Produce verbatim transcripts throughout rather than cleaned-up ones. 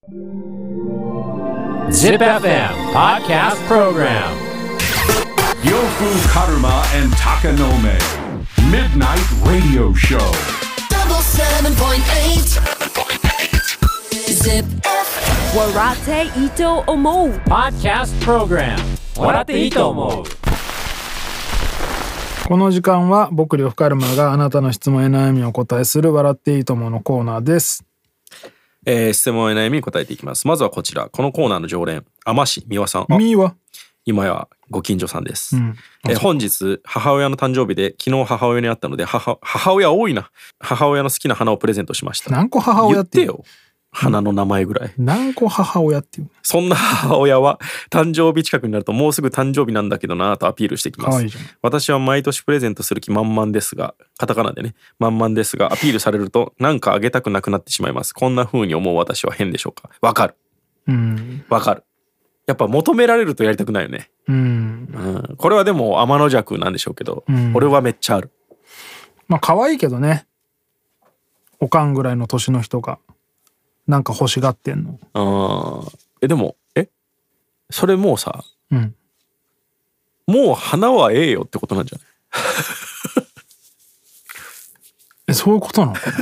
Zip エフエム Podcast Program Yofu Karuma and Takanome Midnight Radio Show Double seven point eight Zip エフエム笑っていいと思う Podcast Program 笑っていいと思う。 この時間は僕呂布カルマがあなたの質問や悩みをお答えする笑っていいと思うのコーナーです。 えー、質問や悩みに答えていきます。まずはこちら、このコーナーの常連天師美和さん。 みーは今やご近所さんです、 うんえー、本日母親の誕生日で昨日母親に会ったので 母, 母親多いな母親の好きな花をプレゼントしました。 何個母親っていう言ってよ、花の名前ぐらい。 何個母親っていう。 そんな母親は誕生日近くになるともうすぐ誕生日なんだけどなとアピールしてきます。私は毎年プレゼントする気満々ですが、カタカナでね満々ですが、アピールされるとなんかあげたくなくなってしまいます。こんな風に思う私は変でしょうか。わかる、 うんわかる。やっぱ求められるとやりたくないよね、 うんうん、これはでも天の弱なんでしょうけど、うん、俺はめっちゃある。 まあ可愛いけどね、おかんぐらいの年の人がなんか欲しがってんの。 あえでもえそれもうさ、 うん、 もう花はええよってことなんじゃないえそういうことなのかな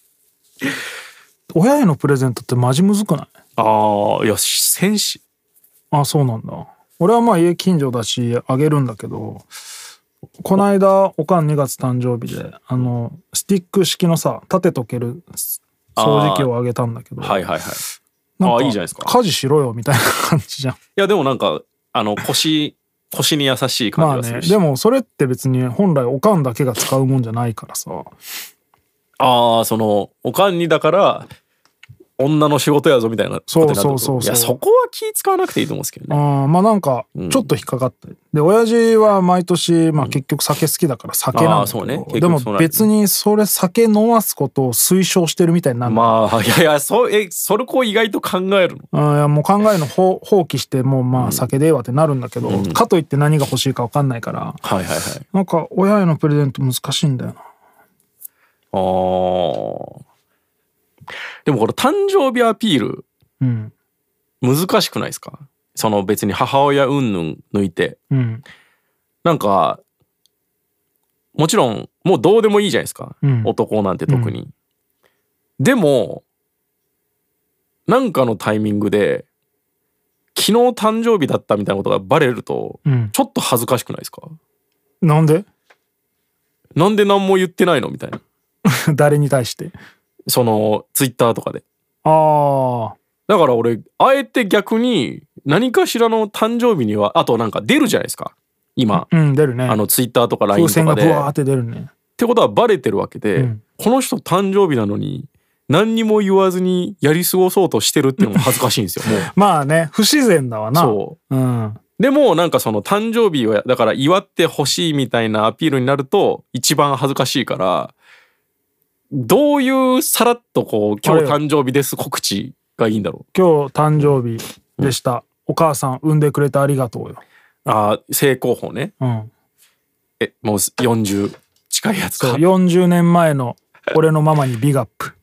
親へのプレゼントってマジむずくない？ ああいや戦士。 あそうなんだ。俺はまあ家近所だしあげるんだけど、この間おかんにがつ誕生日であのスティック式のさ立てとける掃除機をあげたんだけど、 はいはいはい、 なんかあいいじゃないですか。 家事しろよみたいな感じじゃん。いやでもなんかあの腰腰に優しい感じがするし、 まあね、でもそれって別に本来おかんだけが使うもんじゃないからさ。 ああそのおかんにだから女の仕事やぞみたいなことになると。そうそうそうそう。いやそこは気使わなくていいと思うんですけどね。 あまあなんかちょっと引っかかったり、うん、で親父は毎年まあ結局酒好きだから酒なんだけど、うんね、でも別にそれ酒飲ますことを推奨してるみたいになる。 まあいやいやそえそれこう意外と考えるの。 あいやもう考えるの放棄してもうまあ酒でええわってなるんだけど、うん、かといって何が欲しいか分かんないから、 はいはいはい、 なんか親へのプレゼント難しいんだよな。 あーでもこれ誕生日アピール、うん、難しくないですか？その別に母親云々抜いて、 うん、 なんかもちろんもうどうでもいいじゃないですか、うん、男なんて特に、うん、でもなんかのタイミングで昨日誕生日だったみたいなことがバレると、うん、ちょっと恥ずかしくないですか？ なんでなんで何も言ってないのみたいな誰に対して？ そのツイッターとかで。 ああ。 だから俺あえて逆に何かしらの誕生日にはあとなんか出るじゃないですか今。 うん出るね。 あのツイッターとか ライン とかで。 風船がブワーって出るね。 ってことはバレてるわけで、うん、この人誕生日なのに何にも言わずにやり過ごそうとしてるっていうのも恥ずかしいんですよ。もうまあね不自然だわな。 そう。うん。でもなんかその誕生日をだから祝ってほしいみたいなアピールになると一番恥ずかしいから。どういうさらっとこう今日誕生日です告知がいいんだろう。 今日誕生日でした、うん、お母さん産んでくれてありがとうよ。 あ正攻法ね、うん、えもうよんじゅう近いやつか。 そうよんじゅうねんまえの俺のママにビッグアップ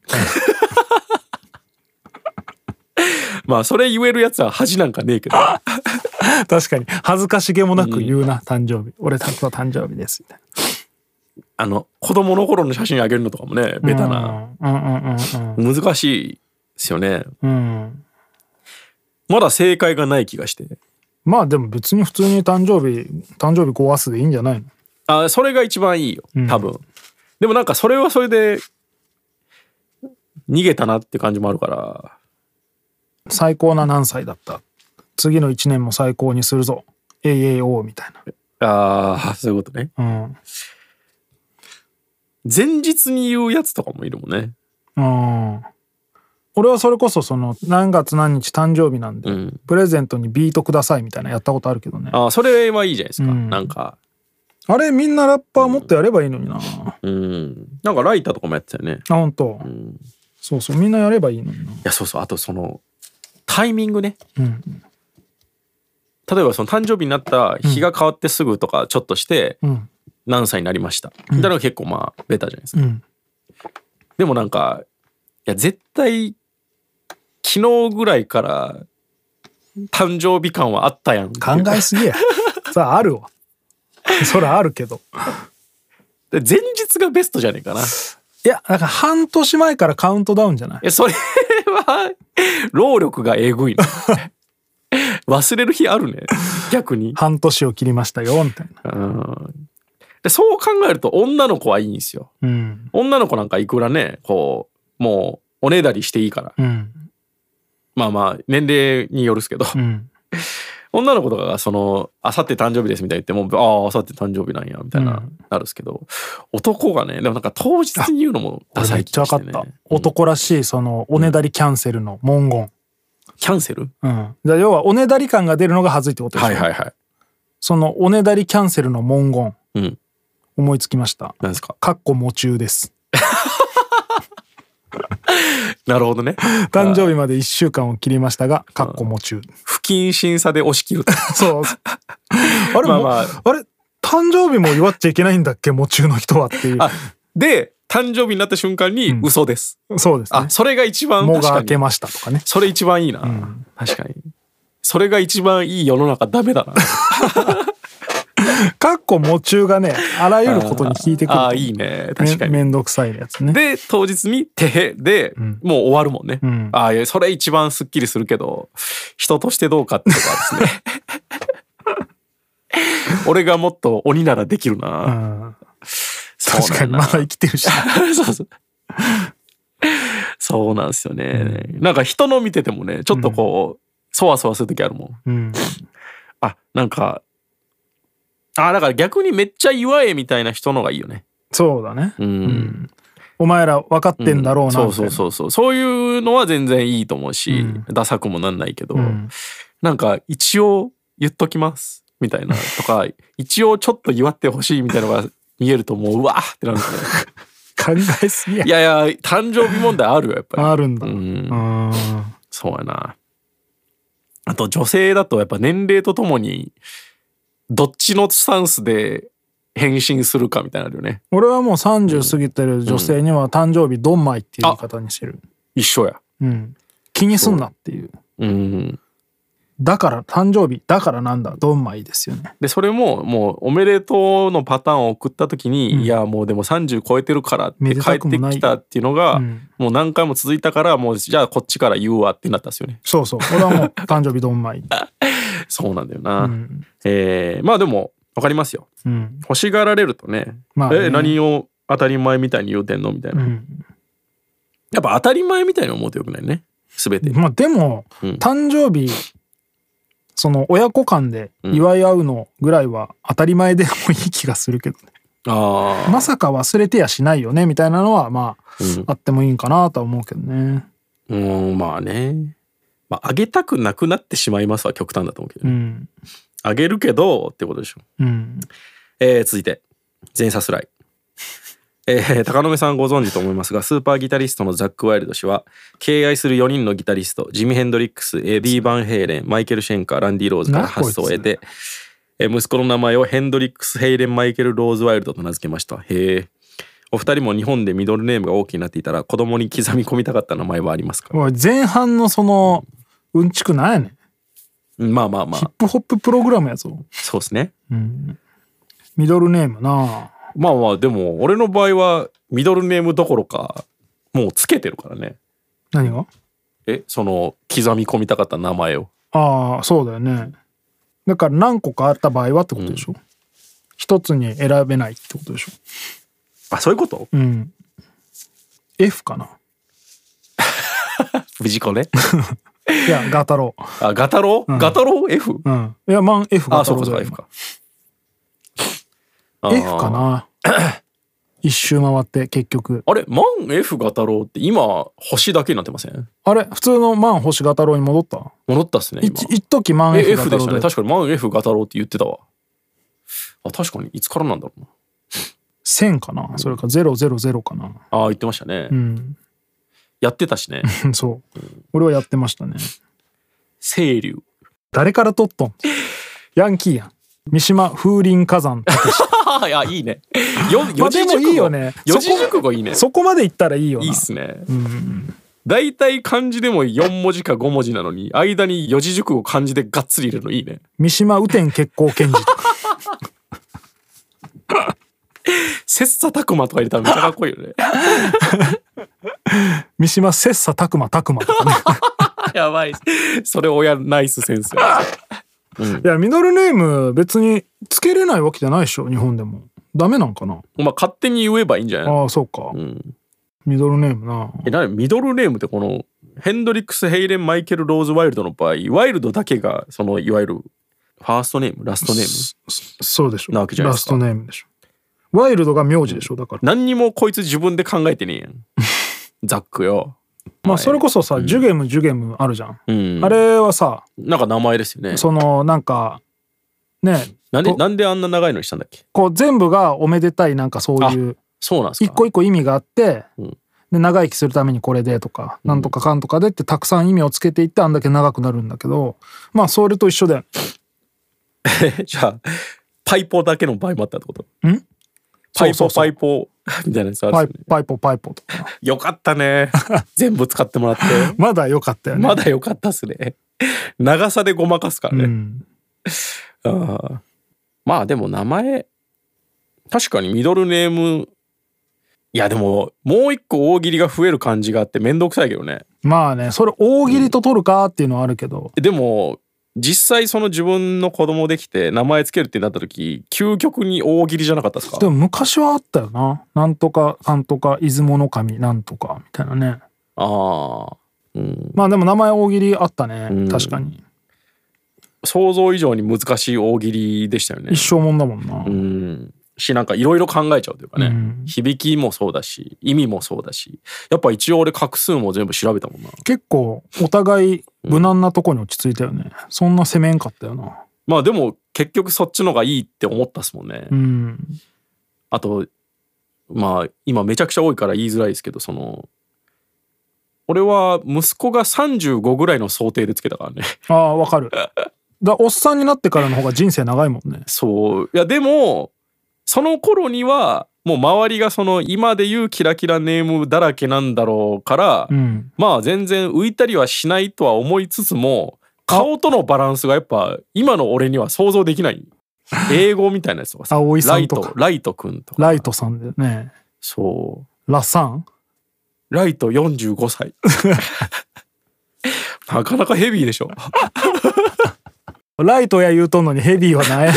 まあそれ言えるやつは恥なんかねえけど確かに恥ずかしげもなく言うな、うん、誕生日俺たちは誕生日ですみたいな。 あの子供の頃の写真あげるのとかもねベタな、うんうんうんうん、難しいですよね、うん、まだ正解がない気がして。 まあでも別に普通に誕生日誕生日ごわすでいいんじゃないの？ あそれが一番いいよ多分、うん、でもなんかそれはそれで逃げたなって感じもあるから。 最高な何歳だった、次のいちねんも最高にするぞ エーエーオー みたいな。ああそういうことね、うん前日に言うやつとかもいるもんね。 うん。俺はそれこそその何月何日誕生日なんで、うん、プレゼントにビートくださいみたいなやったことあるけどね。 ああそれはいいじゃないですか、うん、なんかあれみんなラッパーもっとやればいいのにな。 うん、うん、なんかライターとかもやってたよね。 あ本当、うん、そうそうみんなやればいいのにな。いやそうそうあとそのタイミングね、うん、例えばその誕生日になった日が変わってすぐとかちょっとして、うん何歳になりましたみたいなのが結構まあベタじゃないですか、うん、でもなんかいや絶対昨昨日ぐらいから誕生日感はあったやん。 考えすぎや。さああるわ。そらあるけど。 で前日がベストじゃねえかな。 いや、だから半年前からカウントダウンじゃない？ いや、それは労力がえぐいの。忘れる日あるね、逆に。 半年を切りましたよみたいな。 うんでそう考えると女の子はいいんですよ、 うん、 女の子なんかいくらねこうもうおねだりしていいから、 うん、 まあまあ年齢によるっすけど、うん、女の子とかがそのあさって誕生日ですみたいに言ってもあああさって誕生日なんやみたいな、うん、なるっすけど、男がねでもなんか当日に言うのもダサい気がしてね。めっちゃ分かった、 うん、男らしいそのおねだりキャンセルの文言、うん、 キャンセル、 うん、じゃあ要はおねだり感が出るのが恥ずいってことですよ。 はいはいはい。 そのおねだりキャンセルの文言、 うん、 思いつきました。 何ですか？ かっこ夢中です。 なるほどね。 誕生日までいっしゅうかんを切りましたがかっこ夢中。 不謹慎さで押し切る。 そう。あれ、まあまあ、あれ誕生日も祝っちゃいけないんだっけ夢中の人はっていう。 あで誕生日になった瞬間に嘘です。 うん、そうですね。 あそれが一番もが明けましたとかね。 それ一番いいな、うん、確かに。それが一番いい世の中。ダメだな。 かっこ夢中がねあらゆることに聞いてくる。 ああいいね、確かに。 め, めんどくさいやつね。で当日にてへで、うん、もう終わるもんね、うん、ああそれ一番すっきりするけど人としてどうかっていうかですね。俺がもっと鬼ならできるな、うん、 確かにまだ生きてるし。 そうそうそうなんですよね、うん、なんか人の見ててもねちょっとこう、うん、そわそわする時あるもん、うん、あなんかあだから逆にめっちゃ祝えみたいな人のがいいよね。 そうだね、うんうん、お前ら分かってんだろうな、 うん、そうそうそうそうそういうのは全然いいと思うし、うん、ダサくもなんないけど、うん、なんか一応言っときますみたいなとか一応ちょっと祝ってほしいみたいなのが見えるともううわーってなるんですね。 考えすぎや。 いやいや誕生日問題あるよやっぱり。 あるんだ、 うん、そうやな。あと女性だとやっぱ年齢とともにどっちのスタンスで返信するかみたいなのあるよね。 俺はもうさんじゅう過ぎてる女性には誕生日ドンマイっていう言い方にしてる。 一緒や、 うん、気にすんなっていう、 うん、 だから誕生日だからなんだドンマイですよね。 でそれももうおめでとうのパターンを送った時に、うん、いやもうでもさんじゅう超えてるからって帰ってきたっていうのが、うん、もう何回も続いたからもうじゃあこっちから言うわってなったんですよね。 そうそう俺はもう誕生日ドンマイ。 そうなんだよな、うん、えー、まあでも分かりますよ、うん、欲しがられるとね、まあね、え何を当たり前みたいに言うてんのみたいな、うん、やっぱ当たり前みたいに思うとよくないね全て。 まあでも、うん、誕生日その親子間で祝い合うのぐらいは当たり前でもいい気がするけどね、うん、あまさか忘れてやしないよねみたいなのはまあ、うん、あってもいいんかなとは思うけどね。 うんまあねまあ、あげたくなくなってしまいますは極端だと思うけど、ねうん、あげるけどってことでしょ、うんえー、続いて全さすらい、えー、高野目さんご存知と思いますがスーパーギタリストのザック・ワイルド氏は敬愛するよにんのギタリストジミ・ヘンドリックス、えー、ビー・バンヘイレンマイケル・シェンカーランディ・ローズから発想を得て、えー、息子の名前をヘンドリックス・ヘイレン・マイケル・ローズ・ワイルドと名付けました。へえ。お二人も日本でミドルネームが大きくなっていたら子供に刻み込みたかった名前はありますか？ 前半のそのうんちくなんやねん。まあまあまあヒップホッププログラムやぞ。 そうですね、うん、 ミドルネームな。 まあまあでも俺の場合はミドルネームどころかもうつけてるからね。 何が？ えその刻み込みたかった名前を。 ああそうだよね。だから何個かあった場合はってことでしょ、うん、一つに選べないってことでしょ。 あそういうこと？ うん F かな。 藤子ね。 いやガタロウ。 あガタロウ、うん、ガタロウ F？ うん。いやマン F ガタロウだよ。 あそうかそうか F か。 F かな。一周回って結局。 あれマン F ガタロウって今星だけになってません？あれ普通のマン星ガタロウに戻った？ 戻ったっすね。 今一時マン F ガタロウ F でしたね。確かにマン F ガタロウって言ってたわ。あ確かにいつからなんだろうな。 せんかな、それかゼロゼロゼロかな。 ああ言ってましたね、うん、やってたしね。 そう、うん、俺はやってましたね。 清流誰から取っとん？ヤンキーやん。三島風林火山。 いやいいね。よまあでもいいよね。 四字熟語いいね。 そこまでいったらいいよな。 いいっすね、 うん、 だいたい漢字でもよん文字かご文字なのに間に四字熟語漢字でがっつり入れるのいいね。 三島雨天結構検事とか切磋琢磨とか入れたらめっちゃかっこいいよね。 三島切磋琢磨琢磨とかねやばい、それ親ナイスセンス、うん、 いやミドルネーム別につけれないわけじゃないでしょ日本でも。ダメなんかな。 まあ勝手に言えばいいんじゃないの。 ああそうか、 うん、 ミドルネームな。 えなにミドルネームってこのヘンドリックス・ヘイレン・マイケル・ローズ・ワイルドの場合ワイルドだけがそのいわゆるファーストネームラストネームそうでしょ。 なわけじゃないですか。 ラストネームでしょ。ワイルドが名字でしょ。だから何にもこいつ自分で考えてねえやんザックよ。 まあそれこそさ、うん、ジュゲムジュゲムあるじゃん、うん、あれはさなんか名前ですよね。そのなんかねなんでなんであんな長いのにしたんだっけ。 こう全部がおめでたいなんかそういうそうなんですか。 一個一個意味があって、うん、で長生きするためにこれでとか、うん、なんとかかんとかでってたくさん意味をつけていってあんだけ長くなるんだけどまあそれと一緒でじゃあパイポだけの場合もあったってこと。 んパイポパイポみたいなやつあるんですよね。 パイポパイポとかよかったね全部使ってもらってまだよかったよね。 まだよかったっすね長さでごまかすからね、うん、あまあでも名前確かにミドルネームいやでももう一個大喜利が増える感じがあってめんどくさいけどね。 まあねそれ大喜利と取るかっていうのはあるけど、 うん、でも実際その自分の子供できて名前つけるってなった時究極に大喜利じゃなかったですか。 でも昔はあったよな。なんとかなんとか出雲の神なんとかみたいなね。 ああ、うん、 まあでも名前大喜利あったね、うん、確かに想像以上に難しい大喜利でしたよね。 一生もんだもんな。 うんしなんかいろいろ考えちゃうというかね、うん、響きもそうだし意味もそうだしやっぱ一応俺画数も全部調べたもんな。 結構お互い無難なとこに落ち着いたよね、うん、そんな攻めんかったよな。 まあでも結局そっちのがいいって思ったっすもんね、 うん、 あとまあ今めちゃくちゃ多いから言いづらいですけどその俺は息子がさんじゅうごぐらいの想定でつけたからね。 ああわかるだおっさんになってからの方が人生長いもんね。 そういやでもその頃にはもう周りがその今でいうキラキラネームだらけなんだろうから、うん、まあ全然浮いたりはしないとは思いつつも顔とのバランスがやっぱ今の俺には想像できない。英語みたいなやつとかさ葵さんとかライトライトくんとかライトさんでね。 そうラさんライトよんじゅうごさいなかなかヘビーでしょライトや言うとんのにヘビーはない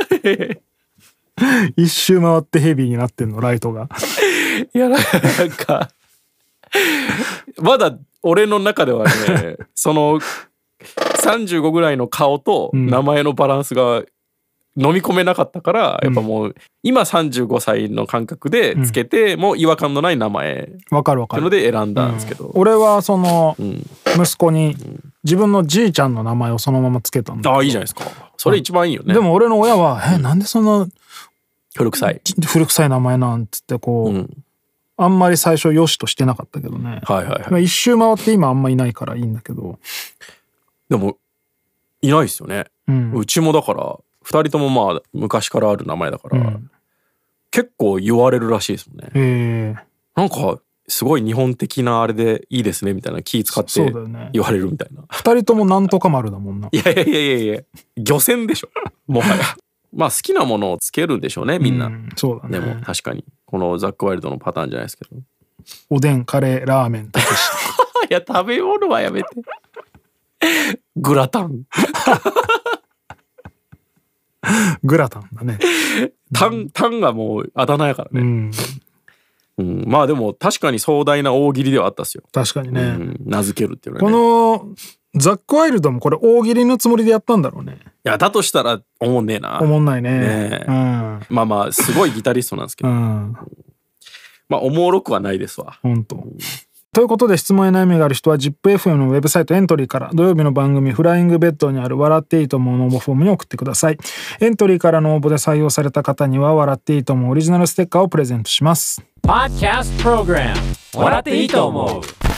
一周回ってヘビーになってんのライトが。 いやなんかまだ俺の中ではねそのさんじゅうごぐらいの顔と名前のバランスが飲み込めなかったから、うん、やっぱもう今さんじゅうごさいの感覚でつけて、うん、もう違和感のない名前わかるわかるってので選んだんですけど、 うん、俺はその、うん、息子に自分のじいちゃんの名前をそのままつけたんだけど。 ああいいじゃないですかそれ一番いいよね。 でも俺の親はえなんでそんな古臭い古臭い名前なんつってこう、うん、あんまり最初良しとしてなかったけどね、 はいはいはい、 一周回って今あんまいないからいいんだけどでもいないですよね、うん、うちもだからふたりともまあ昔からある名前だから、うん、結構言われるらしいですもんね。 へーなんかすごい日本的なあれでいいですねみたいな気使って言われるみたいな。 ふたりともなんとか丸だもんな。 いやいやいやいやいや漁船でしょもはやまあ好きなものをつけるんでしょうねみんな、うん、 そうだね。 でも確かにこのザックワイルドのパターンじゃないですけどおでんカレーラーメンたけしいや食べ物はやめてグラタングラタンだね。 タンタンがもうあだ名やからね、うんうん、まあでも確かに壮大な大喜利ではあったっすよ。 確かにね、うん、 名付けるっていうのはね。 このザックワイルドもこれ大喜利のつもりでやったんだろうね。 いやだとしたらおもんねえな。 おもんないね、 ね、うん、まあまあすごいギタリストなんですけど、うん、まあおもろくはないですわ本当、うん、ということで質問や悩みがある人は ジップエフエム のウェブサイトエントリーから土曜日の番組フライングベッドにある笑っていいと思うの応募フォームに送ってください。エントリーからの応募で採用された方には笑っていいと思うオリジナルステッカーをプレゼントします。 Podcast Program 笑っていいと思う